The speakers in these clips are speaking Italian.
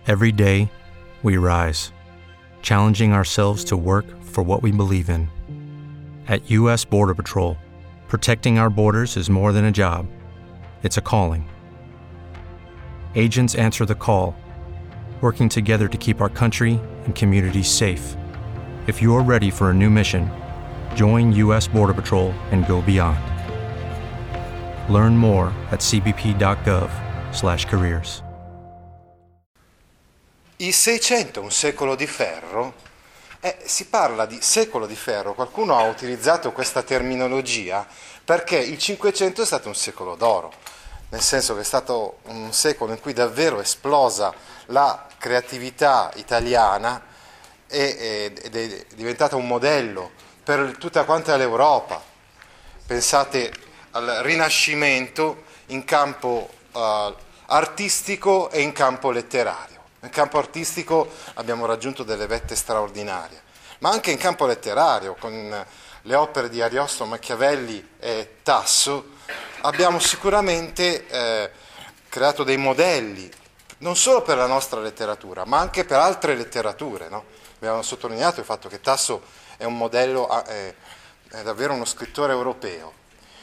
Every day, we rise, challenging ourselves to work for what we believe in. At U.S. Border Patrol, protecting our borders is more than a job. It's a calling. Agents answer the call, working together to keep our country and communities safe. If you're ready for a new mission, join U.S. Border Patrol and go beyond. Learn more at cbp.gov/careers. Il Seicento, un secolo di ferro? Si parla di secolo di ferro, qualcuno ha utilizzato questa terminologia perché il Cinquecento è stato un secolo d'oro, nel senso che è stato un secolo in cui davvero è esplosa la creatività italiana ed è diventata un modello per tutta quanta l'Europa. Pensate al Rinascimento in campo artistico e in campo letterario. Nel campo artistico abbiamo raggiunto delle vette straordinarie, ma anche in campo letterario, con le opere di Ariosto, Machiavelli e Tasso, abbiamo sicuramente creato dei modelli, non solo per la nostra letteratura, ma anche per altre letterature, no? Abbiamo sottolineato il fatto che Tasso è un modello, è davvero uno scrittore europeo.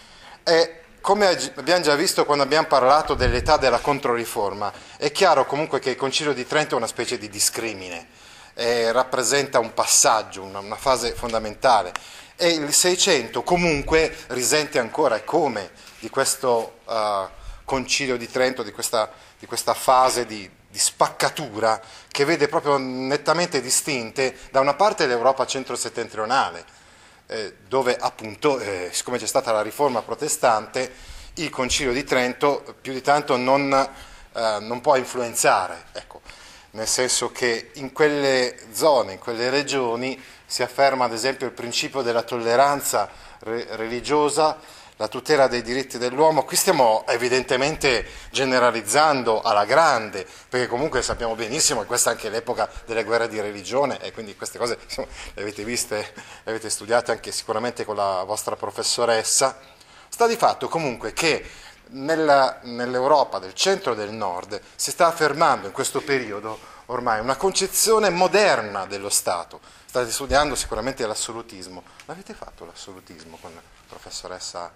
E come abbiamo già visto quando abbiamo parlato dell'età della Controriforma, è chiaro comunque che il Concilio di Trento è una specie di discrimine, rappresenta un passaggio, una fase fondamentale, e il Seicento comunque risente ancora e come di questo Concilio di Trento, di questa fase di spaccatura che vede proprio nettamente distinte da una parte l'Europa centro-settentrionale, dove appunto, siccome c'è stata la riforma protestante, il Concilio di Trento più di tanto non può influenzare, ecco, nel senso che in quelle zone, in quelle regioni si afferma ad esempio il principio della tolleranza religiosa, la tutela dei diritti dell'uomo. Qui stiamo evidentemente generalizzando alla grande, perché comunque sappiamo benissimo che questa è anche l'epoca delle guerre di religione e quindi queste cose insomma, le avete viste, le avete studiate anche sicuramente con la vostra professoressa. Sta di fatto comunque che nell'Europa del centro e del nord si sta affermando in questo periodo ormai una concezione moderna dello Stato. State studiando sicuramente l'assolutismo. L'avete fatto l'assolutismo con la professoressa?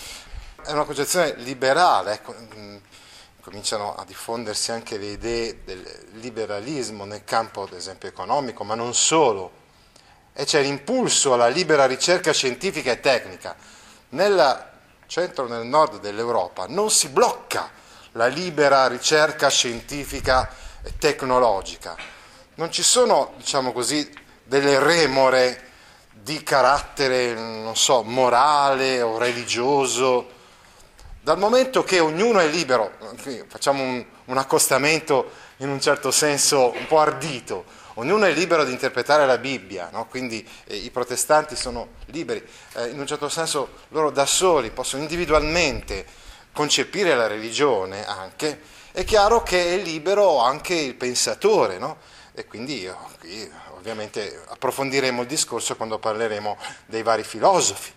È una concezione liberale, ecco. Cominciano a diffondersi anche le idee del liberalismo nel campo, ad esempio, economico, ma non solo. E c'è l'impulso alla libera ricerca scientifica e tecnica. Nel centro e nel nord dell'Europa non si blocca la libera ricerca scientifica e tecnologica. Non ci sono, diciamo così, delle remore di carattere, non so, morale o religioso, dal momento che ognuno è libero, facciamo un accostamento in un certo senso un po' ardito, ognuno è libero di interpretare la Bibbia, no? Quindi i protestanti sono liberi, in un certo senso loro da soli possono individualmente concepire la religione anche, è chiaro che è libero anche il pensatore, no? E quindi qui ovviamente approfondiremo il discorso quando parleremo dei vari filosofi.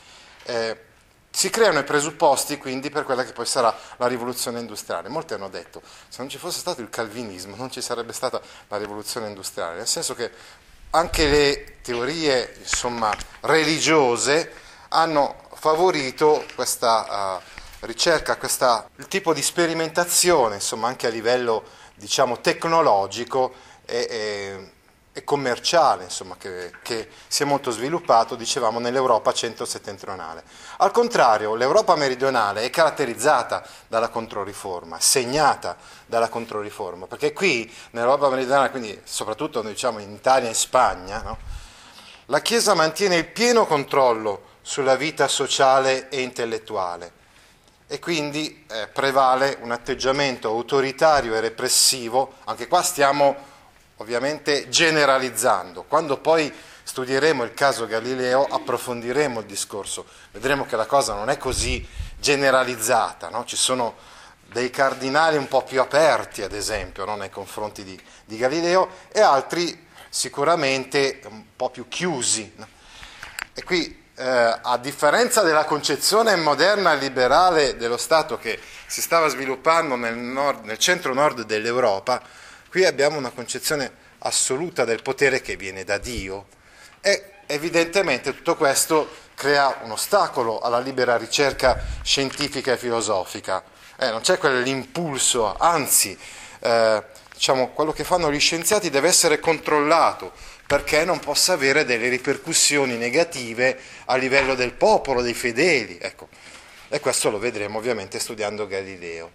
Si creano i presupposti quindi per quella che poi sarà la rivoluzione industriale. Molti hanno detto se non ci fosse stato il calvinismo non ci sarebbe stata la rivoluzione industriale, nel senso che anche le teorie insomma, religiose hanno favorito questa ricerca, il tipo di sperimentazione insomma, anche a livello diciamo, tecnologico e commerciale, insomma, che si è molto sviluppato, dicevamo, nell'Europa centro-settentrionale. Al contrario, l'Europa meridionale è caratterizzata dalla Controriforma, segnata dalla Controriforma, perché qui, nell'Europa meridionale, quindi soprattutto diciamo, in Italia e in Spagna, no, la Chiesa mantiene il pieno controllo sulla vita sociale e intellettuale e quindi prevale un atteggiamento autoritario e repressivo. Anche qua stiamo ovviamente generalizzando. Quando poi studieremo il caso Galileo approfondiremo il discorso, vedremo che la cosa non è così generalizzata, no? Ci sono dei cardinali un po' più aperti, ad esempio, no? Nei confronti di Galileo, e altri sicuramente un po' più chiusi, no? E qui, a differenza della concezione moderna e liberale dello Stato che si stava sviluppando nel centro-nord dell'Europa, qui qui abbiamo una concezione assoluta del potere che viene da Dio e evidentemente tutto questo crea un ostacolo alla libera ricerca scientifica e filosofica. Non c'è quell'impulso, anzi, diciamo, quello che fanno gli scienziati deve essere controllato perché non possa avere delle ripercussioni negative a livello del popolo, dei fedeli. Ecco. E questo lo vedremo ovviamente studiando Galileo.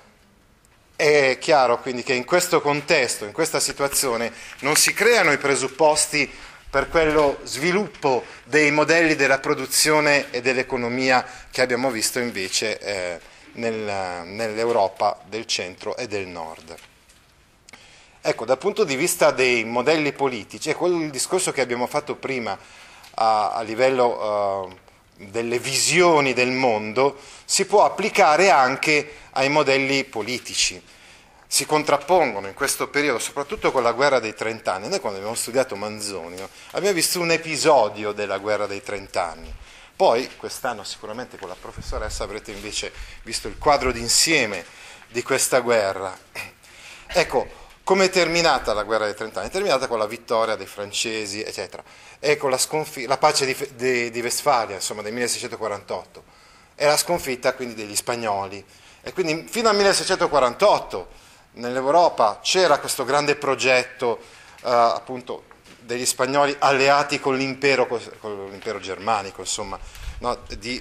È chiaro quindi che in questo contesto, in questa situazione, non si creano i presupposti per quello sviluppo dei modelli della produzione e dell'economia che abbiamo visto invece nell'Europa del centro e del nord. Ecco, dal punto di vista dei modelli politici, è quel discorso che abbiamo fatto prima a livello delle visioni del mondo, si può applicare anche ai modelli politici. Si contrappongono in questo periodo, soprattutto con la guerra dei 30 anni. Noi quando abbiamo studiato Manzoni, no, abbiamo visto un episodio della guerra dei 30 anni. Poi, quest'anno sicuramente con la professoressa avrete invece visto il quadro d'insieme di questa guerra. Ecco, come è terminata la guerra dei 30 anni? È terminata con la vittoria dei francesi, eccetera, e con la pace di Westfalia, insomma, del 1648, e la sconfitta quindi degli spagnoli. E quindi fino al 1648 nell'Europa c'era questo grande progetto appunto degli spagnoli alleati con l'impero germanico, insomma, no? di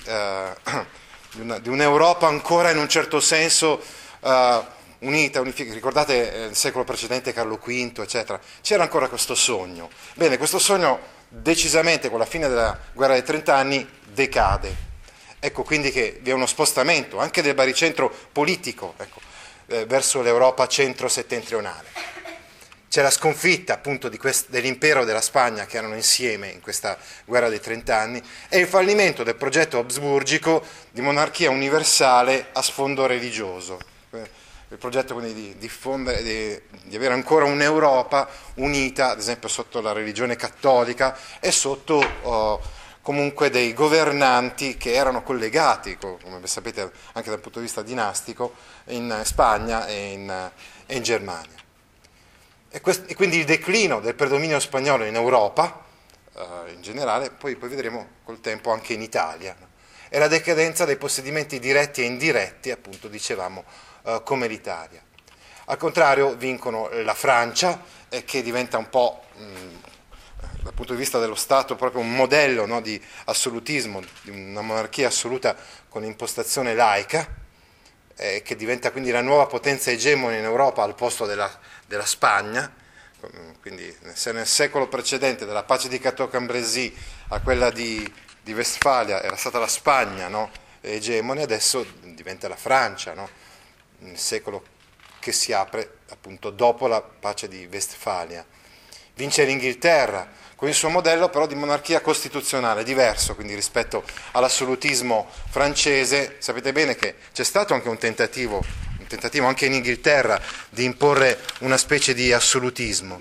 un'Europa ancora in un certo senso unita, unificata. Ricordate il secolo precedente Carlo V, eccetera, c'era ancora questo sogno. Bene, questo sogno decisamente con la fine della guerra dei 30 anni decade. Ecco quindi che vi è uno spostamento anche del baricentro politico, ecco, verso l'Europa centro-settentrionale. C'è la sconfitta appunto dell'impero della Spagna che erano insieme in questa guerra dei 30 anni e il fallimento del progetto habsburgico di monarchia universale a sfondo religioso. Il progetto quindi di diffondere, di avere ancora un'Europa unita, ad esempio sotto la religione cattolica e sotto comunque dei governanti che erano collegati, come sapete anche dal punto di vista dinastico, in Spagna e in Germania. E quindi il declino del predominio spagnolo in Europa, in generale, poi vedremo col tempo anche in Italia, no? E la decadenza dei possedimenti diretti e indiretti, appunto dicevamo, come l'Italia. Al contrario vincono la Francia, che diventa un po', dal punto di vista dello Stato, proprio un modello, no, di assolutismo, di una monarchia assoluta con impostazione laica, che diventa quindi la nuova potenza egemone in Europa al posto della Spagna. Quindi se nel secolo precedente, dalla pace di Cateau-Cambrésis a quella di Westfalia, era stata la Spagna, no, egemone, adesso diventa la Francia, no, nel secolo che si apre appunto dopo la pace di Westfalia. Vince l'Inghilterra con il suo modello però di monarchia costituzionale, diverso quindi rispetto all'assolutismo francese. Sapete bene che c'è stato anche un tentativo anche in Inghilterra di imporre una specie di assolutismo.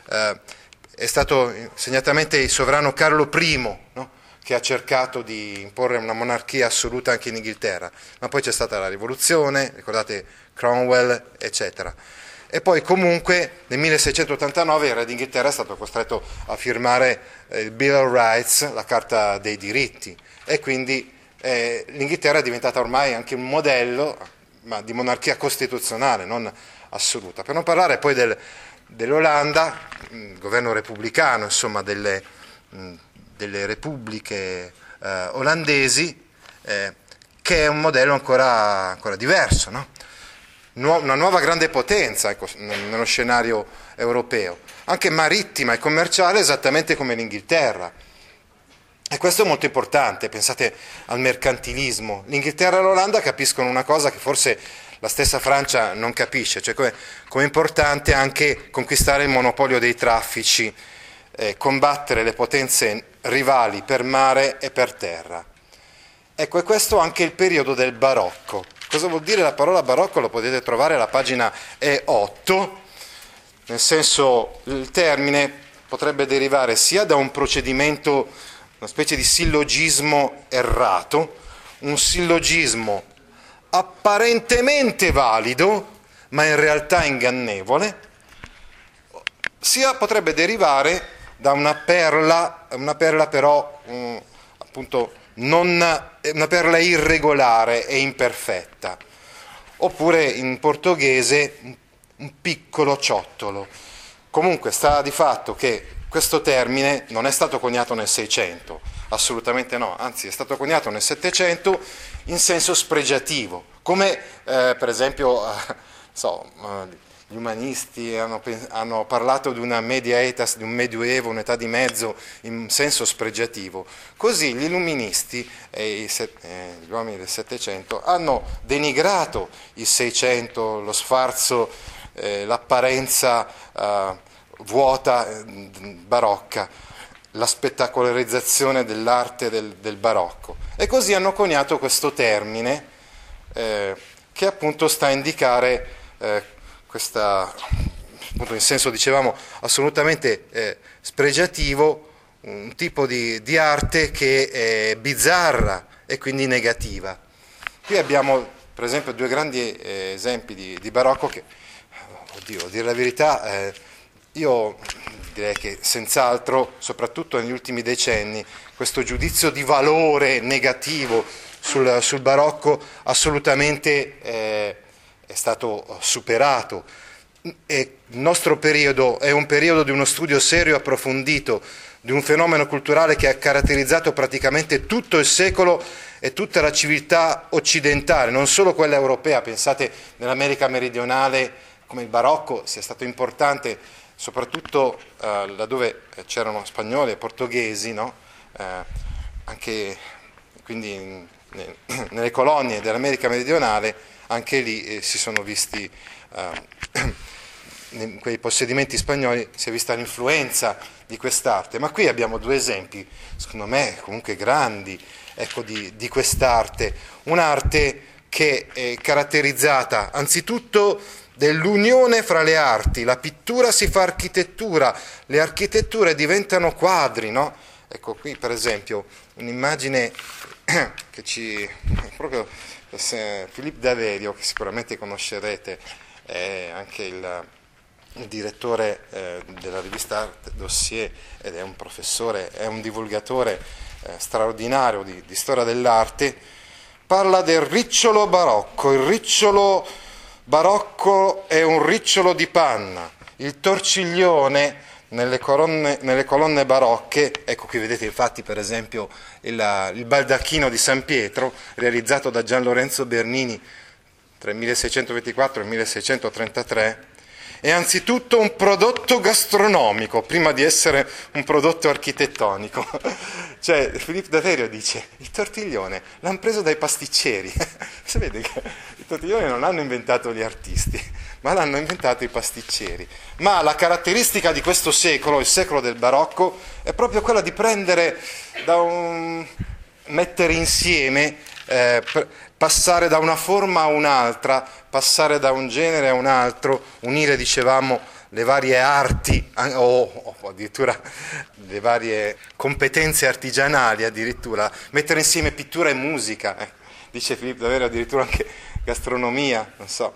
È stato segnatamente il sovrano Carlo I, no, che ha cercato di imporre una monarchia assoluta anche in Inghilterra, ma poi c'è stata la rivoluzione, ricordate Cromwell, eccetera. E poi comunque nel 1689 il re d'Inghilterra è stato costretto a firmare il Bill of Rights, la Carta dei diritti, e quindi l'Inghilterra è diventata ormai anche un modello, ma di monarchia costituzionale, non assoluta. Per non parlare poi dell'Olanda, il governo repubblicano, insomma, delle repubbliche olandesi, che è un modello ancora diverso, no? Una nuova grande potenza, ecco, nello scenario europeo, anche marittima e commerciale, esattamente come l'Inghilterra. E questo è molto importante, pensate al mercantilismo. L'Inghilterra e l'Olanda capiscono una cosa che forse la stessa Francia non capisce, cioè come è importante anche conquistare il monopolio dei traffici, combattere le potenze rivali per mare e per terra. Ecco, e questo anche il periodo del barocco. Cosa vuol dire la parola barocco? Lo potete trovare alla pagina E8, nel senso il termine potrebbe derivare sia da un procedimento, una specie di sillogismo errato, un sillogismo apparentemente valido, ma in realtà ingannevole, sia potrebbe derivare da una perla però appunto una perla irregolare e imperfetta, oppure in portoghese un piccolo ciottolo. Comunque sta di fatto che questo termine non è stato coniato nel 600, assolutamente no, anzi è stato coniato nel 700 in senso spregiativo, come per esempio gli umanisti hanno parlato di una media etas, di un medioevo, un'età di mezzo in senso spregiativo. Così gli illuministi e gli uomini del Settecento hanno denigrato il 600, lo sfarzo, l'apparenza vuota, barocca, la spettacolarizzazione dell'arte del barocco. E così hanno coniato questo termine che appunto sta a indicare questa, appunto in senso dicevamo assolutamente spregiativo, un tipo di arte che è bizzarra e quindi negativa. Qui abbiamo per esempio due grandi esempi di barocco che, oddio, a dire la verità, io direi che senz'altro, soprattutto negli ultimi decenni, questo giudizio di valore negativo sul barocco assolutamente è stato superato. E il nostro periodo è un periodo di uno studio serio e approfondito di un fenomeno culturale che ha caratterizzato praticamente tutto il secolo e tutta la civiltà occidentale, non solo quella europea. Pensate nell'America meridionale come il barocco sia stato importante, soprattutto laddove c'erano spagnoli e portoghesi, no? Anche quindi nelle colonie dell'America meridionale, anche lì si sono visti, in quei possedimenti spagnoli si è vista l'influenza di quest'arte. Ma qui abbiamo due esempi, secondo me comunque grandi, ecco, di quest'arte, un'arte che è caratterizzata anzitutto dell'unione fra le arti. La pittura si fa architettura, le architetture diventano quadri, no? Ecco qui per esempio un'immagine che ci proprio Philippe Daverio, che sicuramente conoscerete, è anche il direttore della rivista Art Dossier ed è un professore, è un divulgatore straordinario di storia dell'arte. Parla del ricciolo barocco. Il ricciolo barocco è un ricciolo di panna. Il torciglione nelle colonne barocche, ecco qui vedete infatti per esempio il baldacchino di San Pietro realizzato da Gian Lorenzo Bernini tra il 1624 e il 1633, è anzitutto un prodotto gastronomico prima di essere un prodotto architettonico. Cioè Philippe Daverio dice il tortiglione l'hanno preso dai pasticceri. Si vede che il tortiglione non l'hanno inventato gli artisti, ma l'hanno inventato i pasticceri. Ma la caratteristica di questo secolo, il secolo del barocco, è proprio quella di prendere mettere insieme, passare da una forma a un'altra, passare da un genere a un altro, unire, dicevamo, le varie arti o addirittura le varie competenze artigianali, addirittura mettere insieme pittura e musica, dice Filippo Daverio, addirittura anche gastronomia, non so.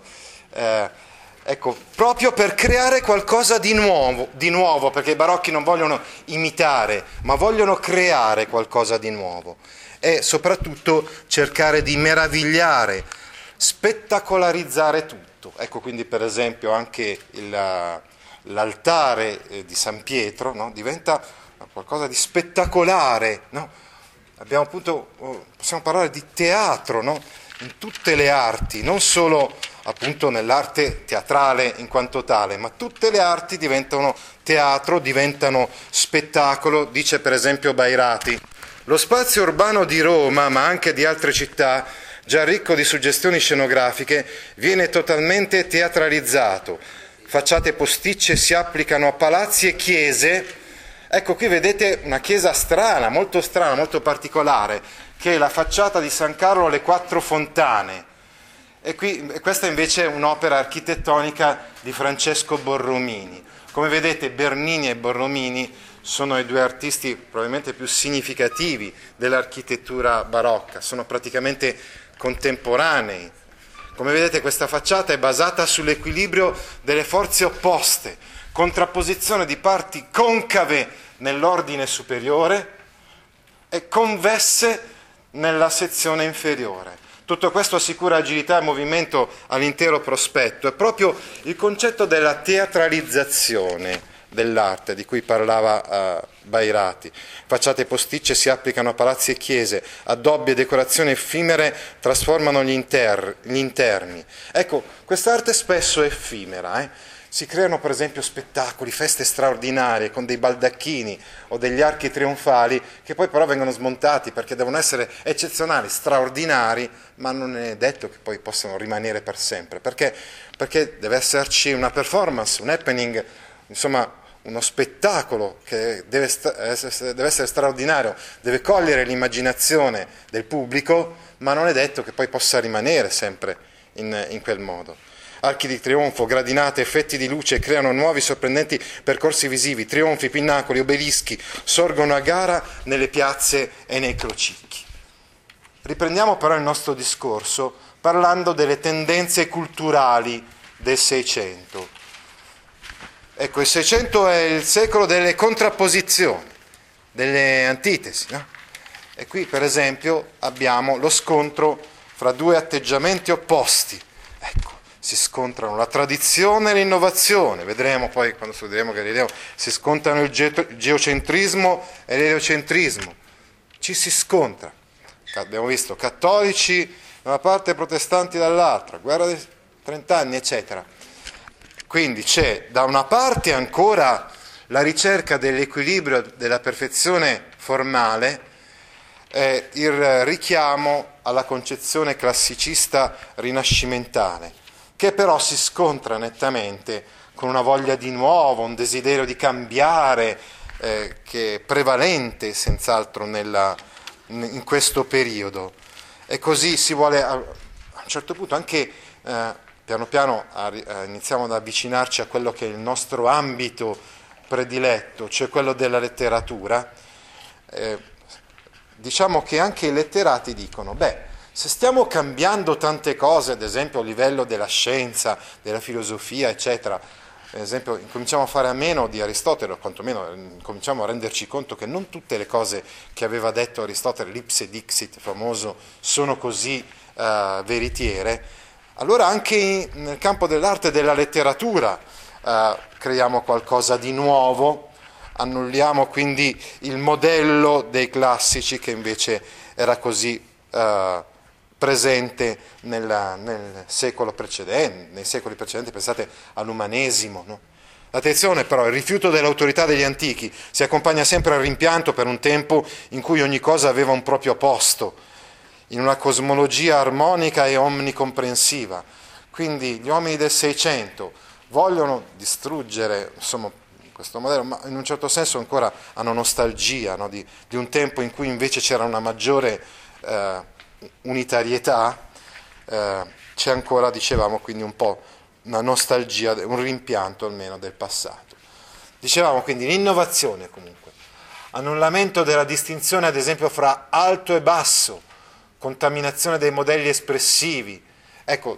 Ecco, proprio per creare qualcosa di nuovo, perché i barocchi non vogliono imitare, ma vogliono creare qualcosa di nuovo e soprattutto cercare di meravigliare, spettacolarizzare tutto. Ecco quindi per esempio anche l'altare di San Pietro, no? Diventa qualcosa di spettacolare, no? Abbiamo appunto, possiamo parlare di teatro, no? In tutte le arti, non solo appunto nell'arte teatrale in quanto tale, ma tutte le arti diventano teatro, diventano spettacolo. Dice per esempio Bairati: lo spazio urbano di Roma, ma anche di altre città, già ricco di suggestioni scenografiche, viene totalmente teatralizzato. Facciate posticce si applicano a palazzi e chiese. Ecco, qui vedete una chiesa strana, molto particolare, che è la facciata di San Carlo alle Quattro Fontane. E questa invece è un'opera architettonica di Francesco Borromini. Come vedete, Bernini e Borromini sono i due artisti probabilmente più significativi dell'architettura barocca, sono praticamente contemporanei. Come vedete, questa facciata è basata sull'equilibrio delle forze opposte, contrapposizione di parti concave nell'ordine superiore e convesse nella sezione inferiore. Tutto questo assicura agilità e movimento all'intero prospetto. È proprio il concetto della teatralizzazione dell'arte di cui parlava Bairati. Facciate posticce si applicano a palazzi e chiese, addobbi e decorazioni effimere trasformano gli interni. Ecco, quest'arte spesso è effimera, Si creano per esempio spettacoli, feste straordinarie con dei baldacchini o degli archi trionfali che poi però vengono smontati perché devono essere eccezionali, straordinari, ma non è detto che poi possano rimanere per sempre, perché deve esserci una performance, un happening, insomma uno spettacolo che deve essere straordinario, deve cogliere l'immaginazione del pubblico, ma non è detto che poi possa rimanere sempre in quel modo. Archi di trionfo, gradinate, effetti di luce creano nuovi sorprendenti percorsi visivi, trionfi, pinnacoli, obelischi sorgono a gara nelle piazze e nei crocicchi. Riprendiamo però il nostro discorso parlando delle tendenze culturali del Seicento. Ecco, il Seicento è il secolo delle contrapposizioni, delle antitesi, no? E qui per esempio abbiamo lo scontro fra due atteggiamenti opposti. Ecco, si scontrano la tradizione e l'innovazione, vedremo poi quando studieremo Galileo, si scontrano il geocentrismo e l'eliocentrismo, ci si scontra, abbiamo visto cattolici da una parte e protestanti dall'altra, guerra dei 30 anni eccetera, quindi c'è da una parte ancora la ricerca dell'equilibrio, della perfezione formale, il richiamo alla concezione classicista rinascimentale, che però si scontra nettamente con una voglia di nuovo, un desiderio di cambiare, che è prevalente senz'altro in questo periodo. E così si vuole, a un certo punto, anche piano piano iniziamo ad avvicinarci a quello che è il nostro ambito prediletto, cioè quello della letteratura. Diciamo che anche i letterati dicono, se stiamo cambiando tante cose, ad esempio a livello della scienza, della filosofia, eccetera, ad esempio incominciamo a fare a meno di Aristotele, o quantomeno incominciamo a renderci conto che non tutte le cose che aveva detto Aristotele, l'ipse dixit famoso, sono così veritiere, allora anche nel campo dell'arte e della letteratura creiamo qualcosa di nuovo, annulliamo quindi il modello dei classici che invece era così presente nel secolo precedente, nei secoli precedenti, pensate all'umanesimo, no? Attenzione però, il rifiuto dell'autorità degli antichi si accompagna sempre al rimpianto per un tempo in cui ogni cosa aveva un proprio posto, in una cosmologia armonica e omnicomprensiva. Quindi gli uomini del Seicento vogliono distruggere, insomma, questo modello, ma in un certo senso ancora hanno nostalgia, no? di un tempo in cui invece c'era una maggiore unitarietà, c'è ancora, dicevamo, quindi un po' una nostalgia, un rimpianto almeno del passato. Dicevamo quindi l'innovazione comunque, annullamento della distinzione ad esempio fra alto e basso, contaminazione dei modelli espressivi. Ecco,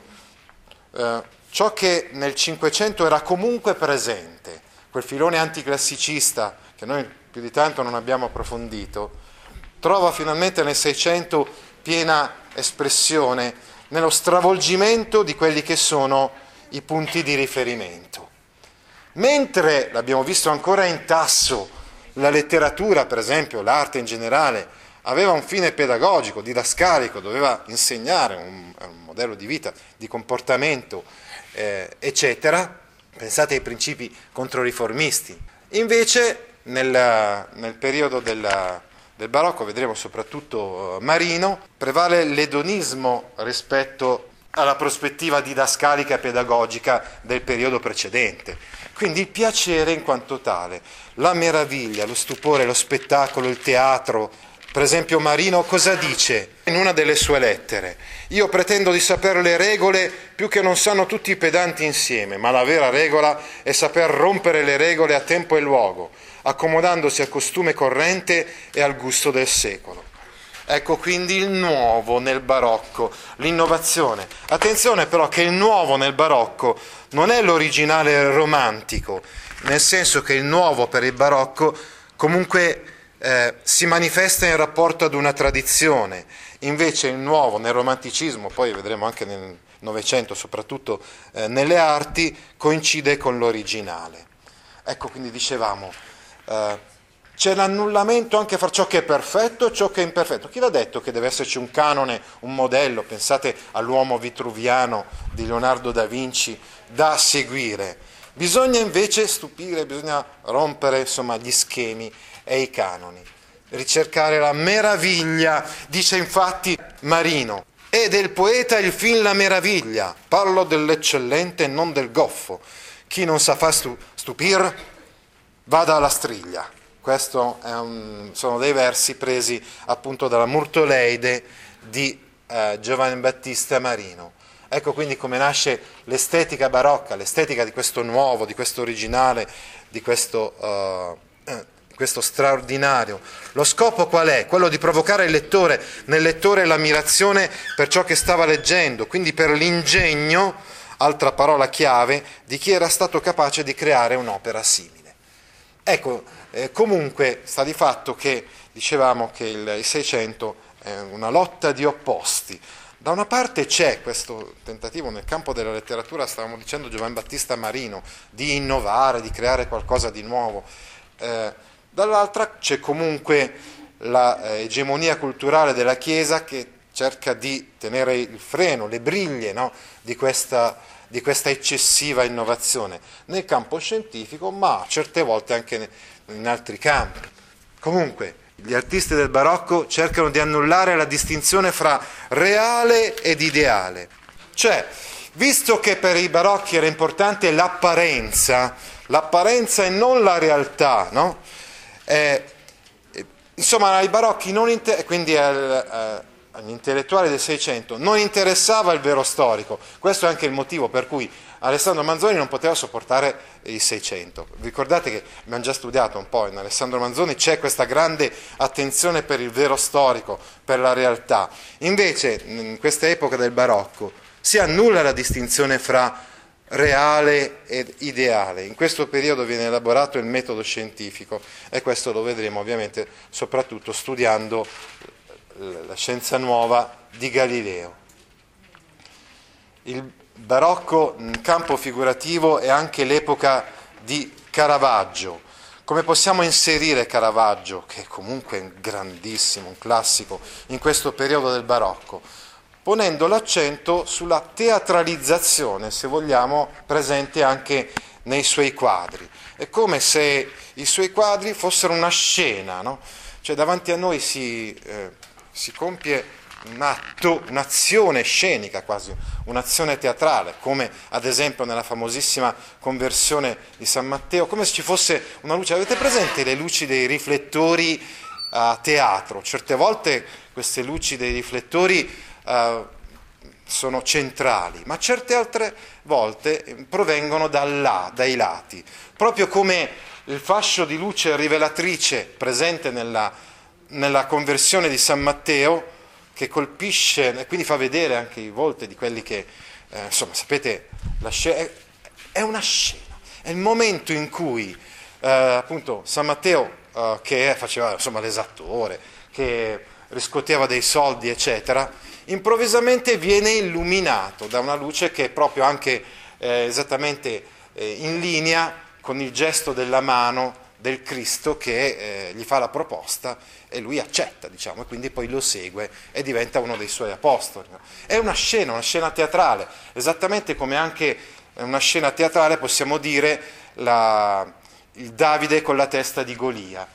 ciò che nel Cinquecento era comunque presente, quel filone anticlassicista che noi più di tanto non abbiamo approfondito, trova finalmente nel Seicento piena espressione nello stravolgimento di quelli che sono i punti di riferimento. Mentre, l'abbiamo visto ancora in tasso, la letteratura, per esempio, l'arte in generale, aveva un fine pedagogico, didascalico, doveva insegnare un modello di vita, di comportamento, eccetera. Pensate ai principi controriformisti. Invece, nel periodo del barocco, vedremo soprattutto Marino, prevale l'edonismo rispetto alla prospettiva didascalica e pedagogica del periodo precedente. Quindi il piacere in quanto tale, la meraviglia, lo stupore, lo spettacolo, il teatro. Per esempio Marino cosa dice in una delle sue lettere? Io pretendo di sapere le regole più che non sanno tutti i pedanti insieme, ma la vera regola è saper rompere le regole a tempo e luogo, accomodandosi al costume corrente e al gusto del secolo. Ecco quindi il nuovo nel barocco, l'innovazione. Attenzione però che il nuovo nel barocco non è l'originale romantico, nel senso che il nuovo per il barocco comunque si manifesta in rapporto ad una tradizione, invece il nuovo nel romanticismo, poi vedremo anche nel Novecento, soprattutto nelle arti, coincide con l'originale. Ecco, quindi dicevamo, c'è l'annullamento anche fra ciò che è perfetto e ciò che è imperfetto. Chi l'ha detto che deve esserci un canone, un modello? Pensate all'uomo vitruviano di Leonardo da Vinci da seguire. Bisogna invece stupire, bisogna rompere insomma gli schemi e i canoni, ricercare la meraviglia, dice infatti Marino. E del poeta il fin la meraviglia, parlo dell'eccellente e non del goffo. Chi non sa far stupir, vada alla striglia. Questo sono dei versi presi appunto dalla Murtoleide di Giovanni Battista Marino. Ecco quindi come nasce l'estetica barocca, l'estetica di questo nuovo, di questo originale, di questo straordinario. Lo scopo qual è? Quello di provocare nel lettore l'ammirazione per ciò che stava leggendo, quindi per l'ingegno, altra parola chiave, di chi era stato capace di creare un'opera simile. Ecco, comunque sta di fatto che dicevamo che il Seicento è una lotta di opposti. Da una parte c'è questo tentativo nel campo della letteratura, stavamo dicendo Giovanni Battista Marino, di innovare, di creare qualcosa di nuovo. Dall'altra c'è comunque l'egemonia culturale della Chiesa che cerca di tenere il freno, le briglie, no? di questa eccessiva innovazione nel campo scientifico, ma certe volte anche in altri campi. Comunque, gli artisti del barocco cercano di annullare la distinzione fra reale ed ideale. Cioè, visto che per i barocchi era importante l'apparenza e non la realtà, no? Insomma, ai barocchi, quindi agli intellettuali del Seicento, non interessava il vero storico. Questo è anche il motivo per cui Alessandro Manzoni non poteva sopportare il Seicento. Ricordate che abbiamo già studiato un po', in Alessandro Manzoni c'è questa grande attenzione per il vero storico, per la realtà. Invece, in questa epoca del barocco, si annulla la distinzione fra reale ed ideale. In questo periodo viene elaborato il metodo scientifico e questo lo vedremo ovviamente soprattutto studiando la scienza nuova di Galileo. Il barocco in campo figurativo è anche l'epoca di Caravaggio. Come possiamo inserire Caravaggio, che è comunque un grandissimo, un classico, in questo periodo del barocco? Ponendo l'accento sulla teatralizzazione, se vogliamo, presente anche nei suoi quadri. È come se i suoi quadri fossero una scena, no? Cioè davanti a noi si compie un atto, un'azione scenica quasi, un'azione teatrale, come ad esempio nella famosissima Conversione di San Matteo, come se ci fosse una luce. Avete presente le luci dei riflettori a teatro? Certe volte queste luci dei riflettori sono centrali, ma certe altre volte provengono dai lati, proprio come il fascio di luce rivelatrice presente nella Conversione di San Matteo, che colpisce e quindi fa vedere anche i volti di quelli che, insomma, sapete, è una scena, è il momento in cui appunto San Matteo, che faceva insomma l'esattore, che riscuoteva dei soldi, eccetera, improvvisamente viene illuminato da una luce che è proprio anche esattamente in linea con il gesto della mano del Cristo che gli fa la proposta e lui accetta, diciamo, e quindi poi lo segue e diventa uno dei suoi apostoli. È una scena teatrale, esattamente come anche una scena teatrale possiamo dire il Davide con la testa di Golia.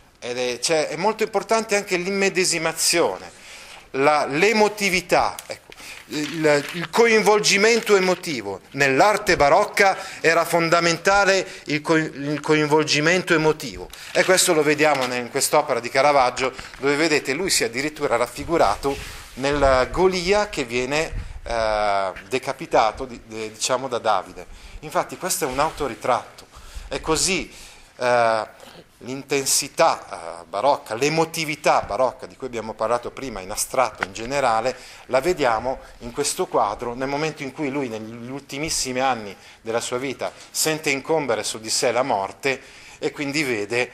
È molto importante anche l'immedesimazione, l'emotività, ecco. Il coinvolgimento emotivo. Nell'arte barocca era fondamentale il coinvolgimento emotivo e questo lo vediamo in quest'opera di Caravaggio, dove vedete lui si è addirittura raffigurato nel Golia che viene decapitato diciamo da Davide. Infatti questo è un autoritratto, è così l'intensità barocca, l'emotività barocca di cui abbiamo parlato prima in astratto, in generale, la vediamo in questo quadro nel momento in cui lui negli ultimissimi anni della sua vita sente incombere su di sé la morte e quindi vede,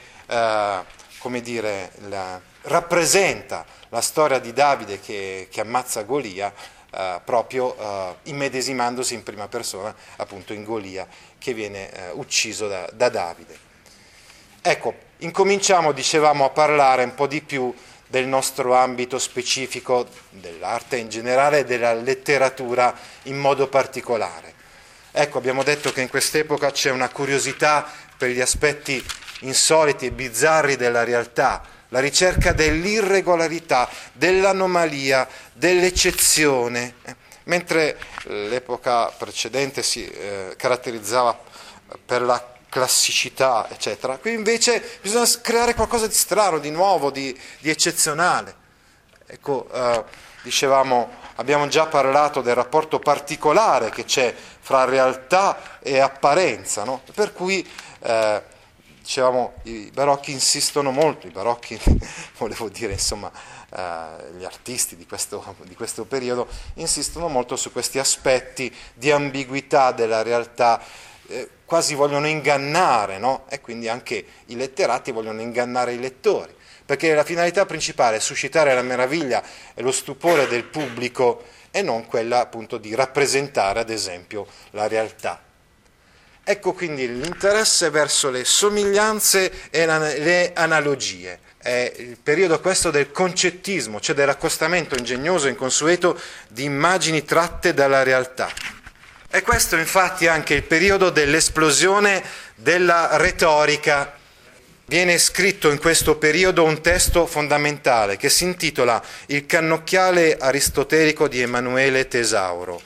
rappresenta la storia di Davide che ammazza Golia, proprio immedesimandosi in prima persona appunto in Golia che viene ucciso da Davide. Ecco, incominciamo, dicevamo, a parlare un po' di più del nostro ambito specifico, dell'arte in generale e della letteratura in modo particolare. Ecco, abbiamo detto che in quest'epoca c'è una curiosità per gli aspetti insoliti e bizzarri della realtà, la ricerca dell'irregolarità, dell'anomalia, dell'eccezione, mentre l'epoca precedente si caratterizzava per la classicità, eccetera. Qui invece bisogna creare qualcosa di strano, di nuovo, di eccezionale. Ecco, dicevamo, abbiamo già parlato del rapporto particolare che c'è fra realtà e apparenza, no? Per cui dicevamo, i barocchi insistono molto, volevo dire, insomma, gli artisti di questo periodo insistono molto su questi aspetti di ambiguità della realtà, quasi vogliono ingannare, no? E quindi anche i letterati vogliono ingannare i lettori, perché la finalità principale è suscitare la meraviglia e lo stupore del pubblico e non quella appunto di rappresentare, ad esempio, la realtà. Ecco quindi l'interesse verso le somiglianze e le analogie. È il periodo questo del concettismo, cioè dell'accostamento ingegnoso e inconsueto di immagini tratte dalla realtà. E questo infatti è anche il periodo dell'esplosione della retorica. Viene scritto in questo periodo un testo fondamentale che si intitola Il cannocchiale aristotelico di Emanuele Tesauro.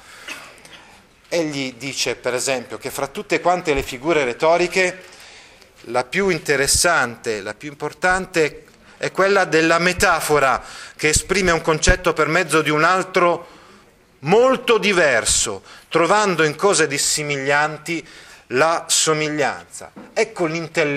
Egli dice, per esempio, che fra tutte quante le figure retoriche la più interessante, la più importante è quella della metafora, che esprime un concetto per mezzo di un altro molto diverso, trovando in cose dissimiglianti la somiglianza. Ecco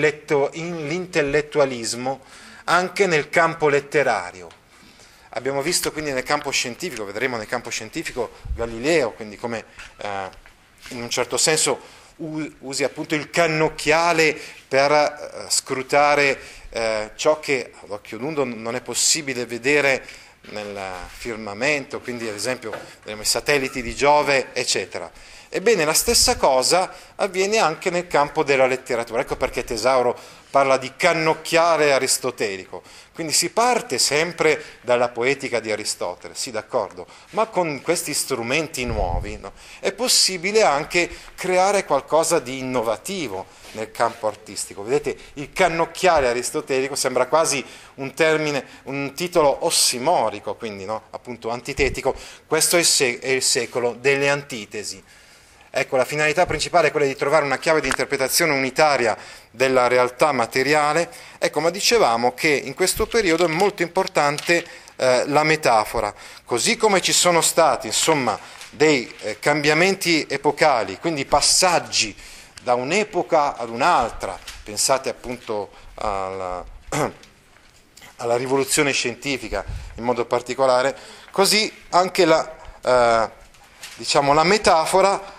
l'intellettualismo anche nel campo letterario. Abbiamo visto quindi nel campo scientifico, vedremo nel campo scientifico Galileo, quindi come in un certo senso usi appunto il cannocchiale per scrutare ciò che ad occhio nudo non è possibile vedere nel firmamento, quindi ad esempio i satelliti di Giove, eccetera. Ebbene, la stessa cosa avviene anche nel campo della letteratura. Ecco perché Tesauro parla di cannocchiale aristotelico. Quindi si parte sempre dalla poetica di Aristotele, sì, d'accordo, ma con questi strumenti nuovi, no? È possibile anche creare qualcosa di innovativo nel campo artistico. Vedete, il cannocchiale aristotelico sembra quasi un termine, un titolo ossimorico, quindi no? Appunto antitetico. Questo è il secolo delle antitesi. Ecco, la finalità principale è quella di trovare una chiave di interpretazione unitaria della realtà materiale. Ecco, ma dicevamo che in questo periodo è molto importante la metafora. Così come ci sono stati, insomma, dei cambiamenti epocali, quindi passaggi da un'epoca ad un'altra, pensate appunto alla rivoluzione scientifica in modo particolare, così anche la metafora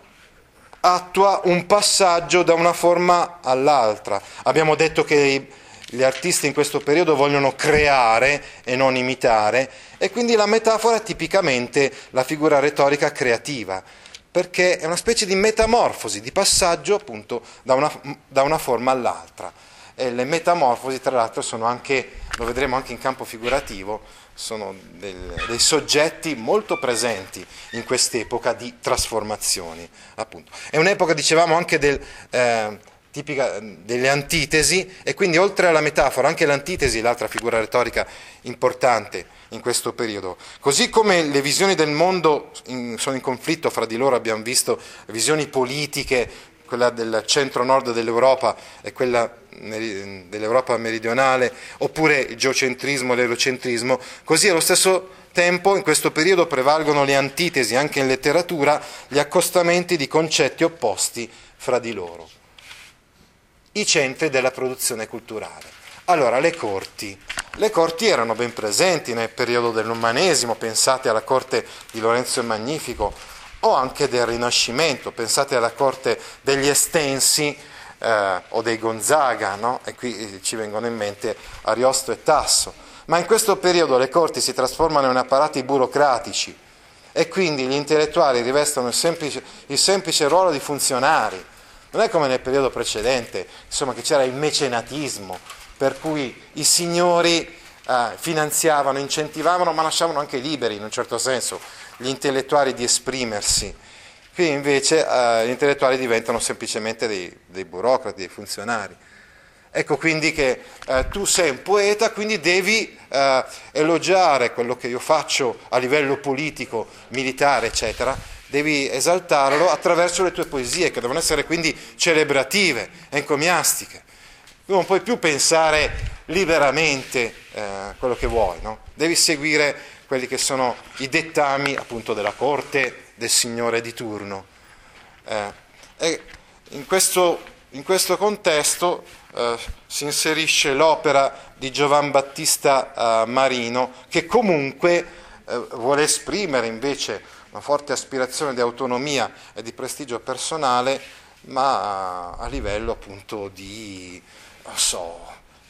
attua un passaggio da una forma all'altra. Abbiamo detto che gli artisti in questo periodo vogliono creare e non imitare, e quindi la metafora è tipicamente la figura retorica creativa, perché è una specie di metamorfosi, di passaggio appunto da una forma all'altra. E le metamorfosi, tra l'altro, sono anche, lo vedremo anche in campo figurativo, sono dei soggetti molto presenti in quest'epoca di trasformazioni, appunto. È un'epoca, dicevamo, anche tipica delle antitesi, e quindi oltre alla metafora anche l'antitesi, l'altra figura retorica importante in questo periodo. Così come le visioni del mondo sono in conflitto fra di loro, abbiamo visto visioni politiche, quella del centro-nord dell'Europa e quella dell'Europa meridionale, oppure il geocentrismo e l'elocentrismo, così allo stesso tempo in questo periodo prevalgono le antitesi, anche in letteratura, gli accostamenti di concetti opposti fra di loro. i centri della produzione culturale. Allora, le corti erano ben presenti nel periodo dell'Umanesimo, pensate alla corte di Lorenzo il Magnifico, o anche del Rinascimento, pensate alla corte degli Estensi o dei Gonzaga, no? E qui ci vengono in mente Ariosto e Tasso. Ma in questo periodo le corti si trasformano in apparati burocratici e quindi gli intellettuali rivestono il semplice ruolo di funzionari. Non è come nel periodo precedente, insomma, che c'era il mecenatismo, per cui i signori finanziavano, incentivavano, ma lasciavano anche liberi, in un certo senso, gli intellettuali di esprimersi. Qui invece gli intellettuali diventano semplicemente dei burocrati, dei funzionari. Ecco quindi che tu sei un poeta, quindi devi elogiare quello che io faccio a livello politico, militare, eccetera, devi esaltarlo attraverso le tue poesie, che devono essere quindi celebrative, encomiastiche. Tu non puoi più pensare liberamente quello che vuoi, no? Devi seguire quelli che sono i dettami appunto della corte, del signore di turno. E in questo contesto si inserisce l'opera di Giovan Battista Marino, che comunque vuole esprimere invece una forte aspirazione di autonomia e di prestigio personale, ma a livello appunto di, non so,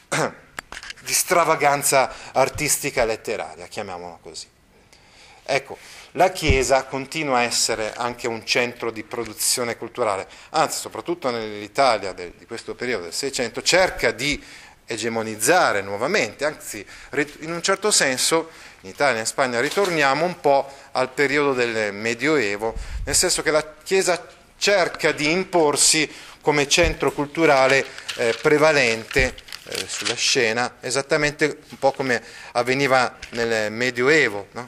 di stravaganza artistica e letteraria, chiamiamola così. Ecco, la Chiesa continua a essere anche un centro di produzione culturale, anzi, soprattutto nell'Italia di questo periodo del Seicento, cerca di egemonizzare nuovamente, anzi, in un certo senso, in Italia e in Spagna ritorniamo un po' al periodo del Medioevo, nel senso che la Chiesa cerca di imporsi come centro culturale prevalente sulla scena, esattamente un po' come avveniva nel Medioevo, no?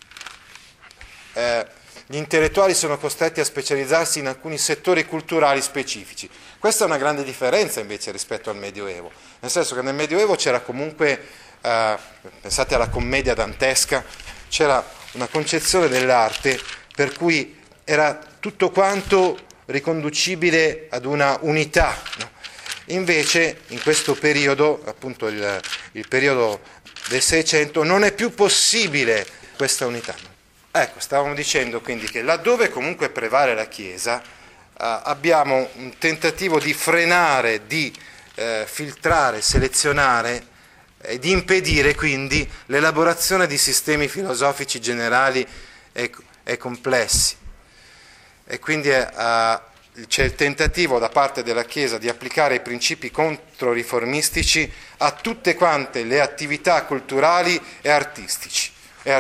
Gli intellettuali sono costretti a specializzarsi in alcuni settori culturali specifici. Questa è una grande differenza invece rispetto al Medioevo, nel senso che nel Medioevo c'era comunque, pensate alla commedia dantesca, c'era una concezione dell'arte per cui era tutto quanto riconducibile ad una unità, no? Invece in questo periodo, appunto il periodo del Seicento, non è più possibile questa unità. Ecco, stavamo dicendo quindi che laddove comunque prevale la Chiesa, abbiamo un tentativo di frenare, di filtrare, selezionare e di impedire quindi l'elaborazione di sistemi filosofici generali e complessi. E quindi c'è il tentativo da parte della Chiesa di applicare i principi controriformistici a tutte quante le attività culturali e artistiche.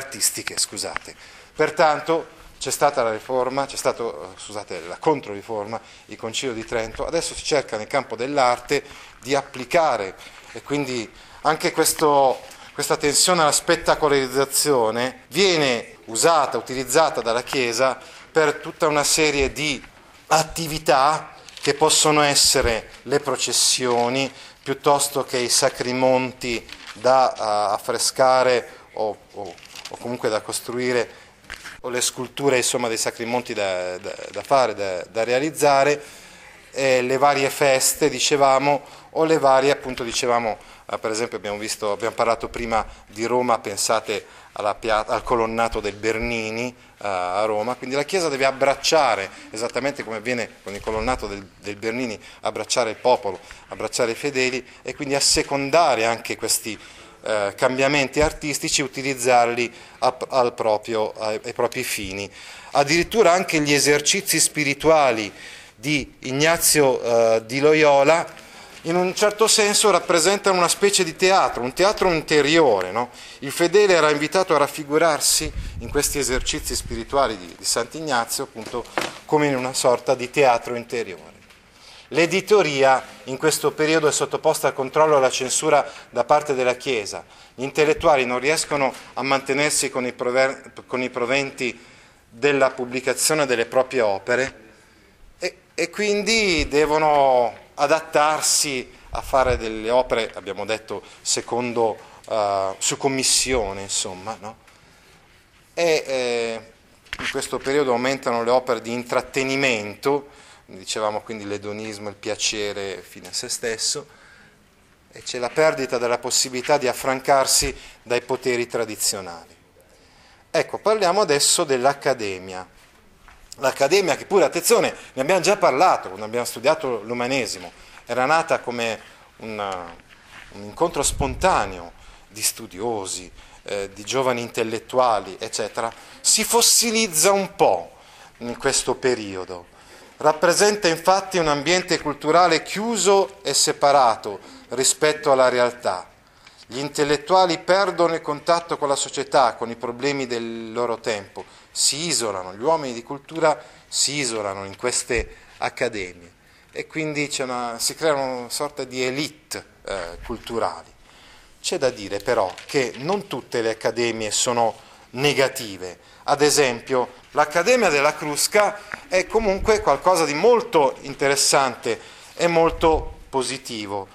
Pertanto c'è stata la riforma, la controriforma, il Concilio di Trento, adesso si cerca nel campo dell'arte di applicare, e quindi anche questa tensione alla spettacolarizzazione viene utilizzata dalla Chiesa per tutta una serie di attività che possono essere le processioni, piuttosto che i sacrimonti da affrescare o comunque da costruire, o le sculture, insomma, dei sacrimonti da fare, da realizzare, le varie feste, dicevamo, o le varie, appunto, dicevamo, per esempio abbiamo parlato prima di Roma, pensate al colonnato del Bernini a Roma, quindi la Chiesa deve abbracciare, esattamente come avviene con il colonnato del Bernini, abbracciare il popolo, abbracciare i fedeli e quindi assecondare anche questi cambiamenti artistici, utilizzarli ai propri fini. Addirittura anche gli esercizi spirituali di Ignazio di Loyola in un certo senso rappresentano una specie di teatro, un teatro interiore, no? Il fedele era invitato a raffigurarsi in questi esercizi spirituali di Sant'Ignazio, appunto, come in una sorta di teatro interiore. L'editoria in questo periodo è sottoposta al controllo e alla censura da parte della Chiesa. Gli intellettuali non riescono a mantenersi con i proventi della pubblicazione delle proprie opere e quindi devono adattarsi a fare delle opere, abbiamo detto, su commissione, insomma, no? In questo periodo aumentano le opere di intrattenimento, dicevamo quindi l'edonismo, il piacere fine a se stesso, e c'è la perdita della possibilità di affrancarsi dai poteri tradizionali. Ecco, parliamo adesso dell'Accademia. L'Accademia che pure, attenzione, ne abbiamo già parlato quando abbiamo studiato l'umanesimo, era nata come un incontro spontaneo di studiosi, di giovani intellettuali, eccetera, si fossilizza un po' in questo periodo. Rappresenta infatti un ambiente culturale chiuso e separato rispetto alla realtà. Gli intellettuali perdono il contatto con la società, con i problemi del loro tempo, si isolano, gli uomini di cultura si isolano in queste accademie e quindi si creano una sorta di elite culturali. C'è da dire però che non tutte le accademie sono negative. Ad esempio, l'Accademia della Crusca è comunque qualcosa di molto interessante e molto positivo,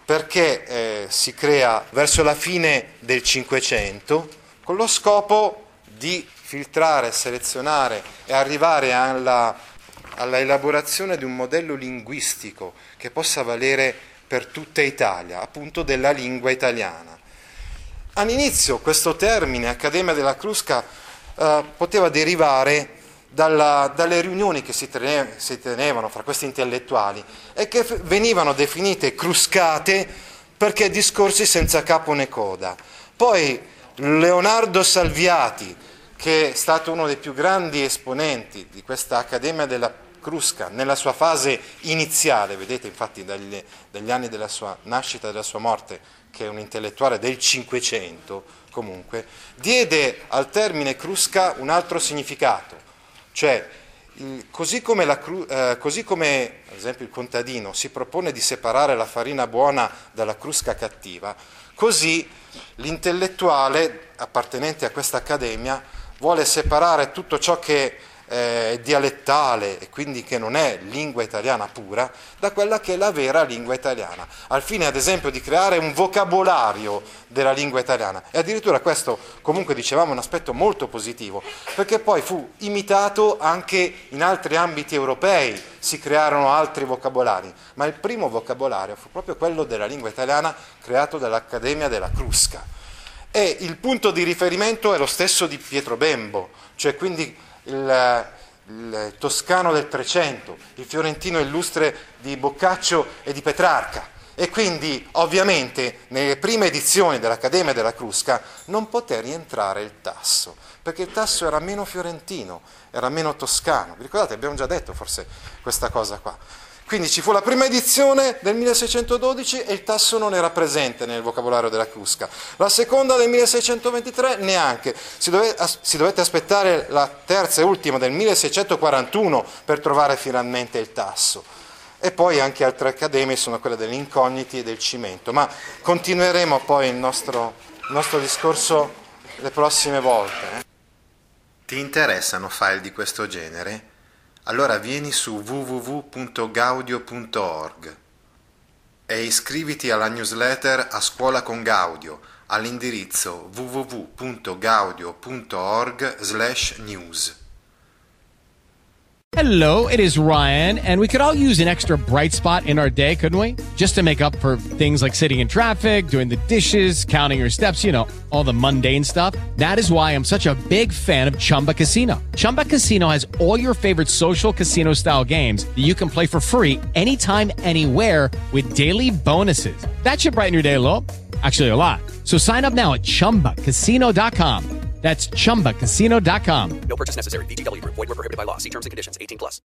perché si crea verso la fine del Cinquecento con lo scopo di filtrare, selezionare e arrivare alla elaborazione di un modello linguistico che possa valere per tutta Italia, appunto della lingua italiana. All'inizio questo termine, Accademia della Crusca, poteva derivare dalle riunioni che si tenevano fra questi intellettuali e che venivano definite cruscate perché discorsi senza capo né coda. Poi Leonardo Salviati, che è stato uno dei più grandi esponenti di questa Accademia della Crusca nella sua fase iniziale, vedete infatti dagli anni della sua nascita e della sua morte, che è un intellettuale del Cinquecento comunque, diede al termine Crusca un altro significato, cioè così come ad esempio il contadino si propone di separare la farina buona dalla crusca cattiva, così l'intellettuale appartenente a questa accademia vuole separare tutto ciò che è dialettale e quindi che non è lingua italiana pura da quella che è la vera lingua italiana, al fine ad esempio di creare un vocabolario della lingua italiana. E addirittura questo, comunque dicevamo, è un aspetto molto positivo, perché poi fu imitato anche in altri ambiti europei, si crearono altri vocabolari, ma il primo vocabolario fu proprio quello della lingua italiana creato dall'Accademia della Crusca. E il punto di riferimento è lo stesso di Pietro Bembo, cioè quindi il toscano del Trecento, il fiorentino illustre di Boccaccio e di Petrarca. E quindi ovviamente nelle prime edizioni dell'Accademia della Crusca non poté rientrare il Tasso, perché il Tasso era meno fiorentino, era meno toscano. Vi ricordate? Abbiamo già detto forse questa cosa qua. Quindi ci fu la prima edizione del 1612 e il Tasso non era presente nel vocabolario della Crusca. La seconda del 1623 neanche. Si dovette aspettare la terza e ultima del 1641 per trovare finalmente il Tasso. E poi anche altre accademie sono quelle degli incogniti e del cimento. Ma continueremo poi il nostro discorso le prossime volte. Ti interessano file di questo genere? Allora vieni su www.gaudio.org e iscriviti alla newsletter A Scuola con Gaudio all'indirizzo www.gaudio.org/news. Hello, it is Ryan, and we could all use an extra bright spot in our day, couldn't we? Just to make up for things like sitting in traffic, doing the dishes, counting your steps, you know, all the mundane stuff. That is why I'm such a big fan of Chumba Casino. Chumba Casino has all your favorite social casino-style games that you can play for free anytime, anywhere with daily bonuses. That should brighten your day a little. Actually, a lot. So sign up now at ChumbaCasino.com. That's ChumbaCasino.com. No purchase necessary. VGW Group. Void where prohibited by law. See terms and conditions. 18+.